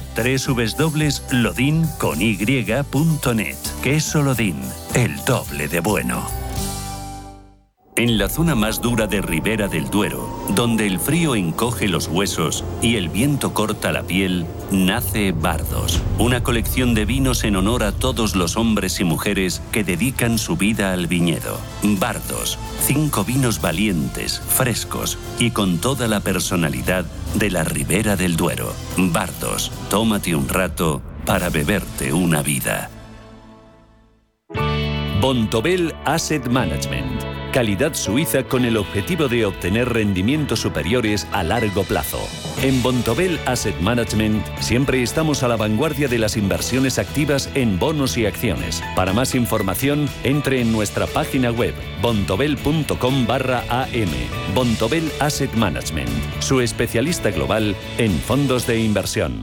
www.lodin.net. Queso Lodin, el doble de bueno. En la zona más dura de Ribera del Duero, donde el frío encoge los huesos y el viento corta la piel, nace Bardos, una colección de vinos en honor a todos los hombres y mujeres que dedican su vida al viñedo. Bardos, 5 vinos valientes, frescos y con toda la personalidad de la Ribera del Duero. Bardos, tómate un rato para beberte una vida. Bontobel Asset Management. Calidad suiza con el objetivo de obtener rendimientos superiores a largo plazo. En Bontobel Asset Management siempre estamos a la vanguardia de las inversiones activas en bonos y acciones. Para más información, entre en nuestra página web bontobel.com/am. Bontobel Asset Management, su especialista global en fondos de inversión.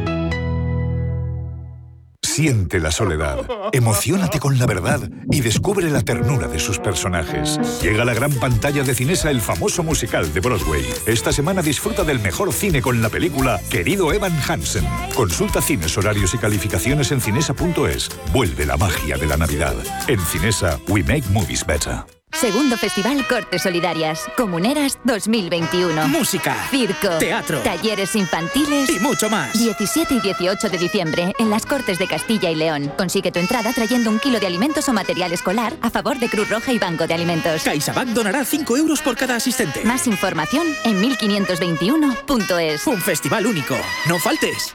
Siente la soledad, emociónate con la verdad y descubre la ternura de sus personajes. Llega a la gran pantalla de Cinesa el famoso musical de Broadway. Esta semana disfruta del mejor cine con la película Querido Evan Hansen. Consulta cines, horarios y calificaciones en cinesa.es. Vuelve la magia de la Navidad. En Cinesa, we make movies better. Segundo Festival Cortes Solidarias. Comuneras 2021. Música, circo, teatro, talleres infantiles y mucho más. 17 y 18 de diciembre en las Cortes de Castilla y León. Consigue tu entrada trayendo 1 kilo de alimentos o material escolar a favor de Cruz Roja y Banco de Alimentos. CaixaBank donará 5 euros por cada asistente. Más información en 1521.es. Un festival único. ¡No faltes!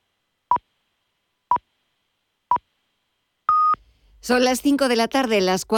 Son las 5 de la tarde, las 4.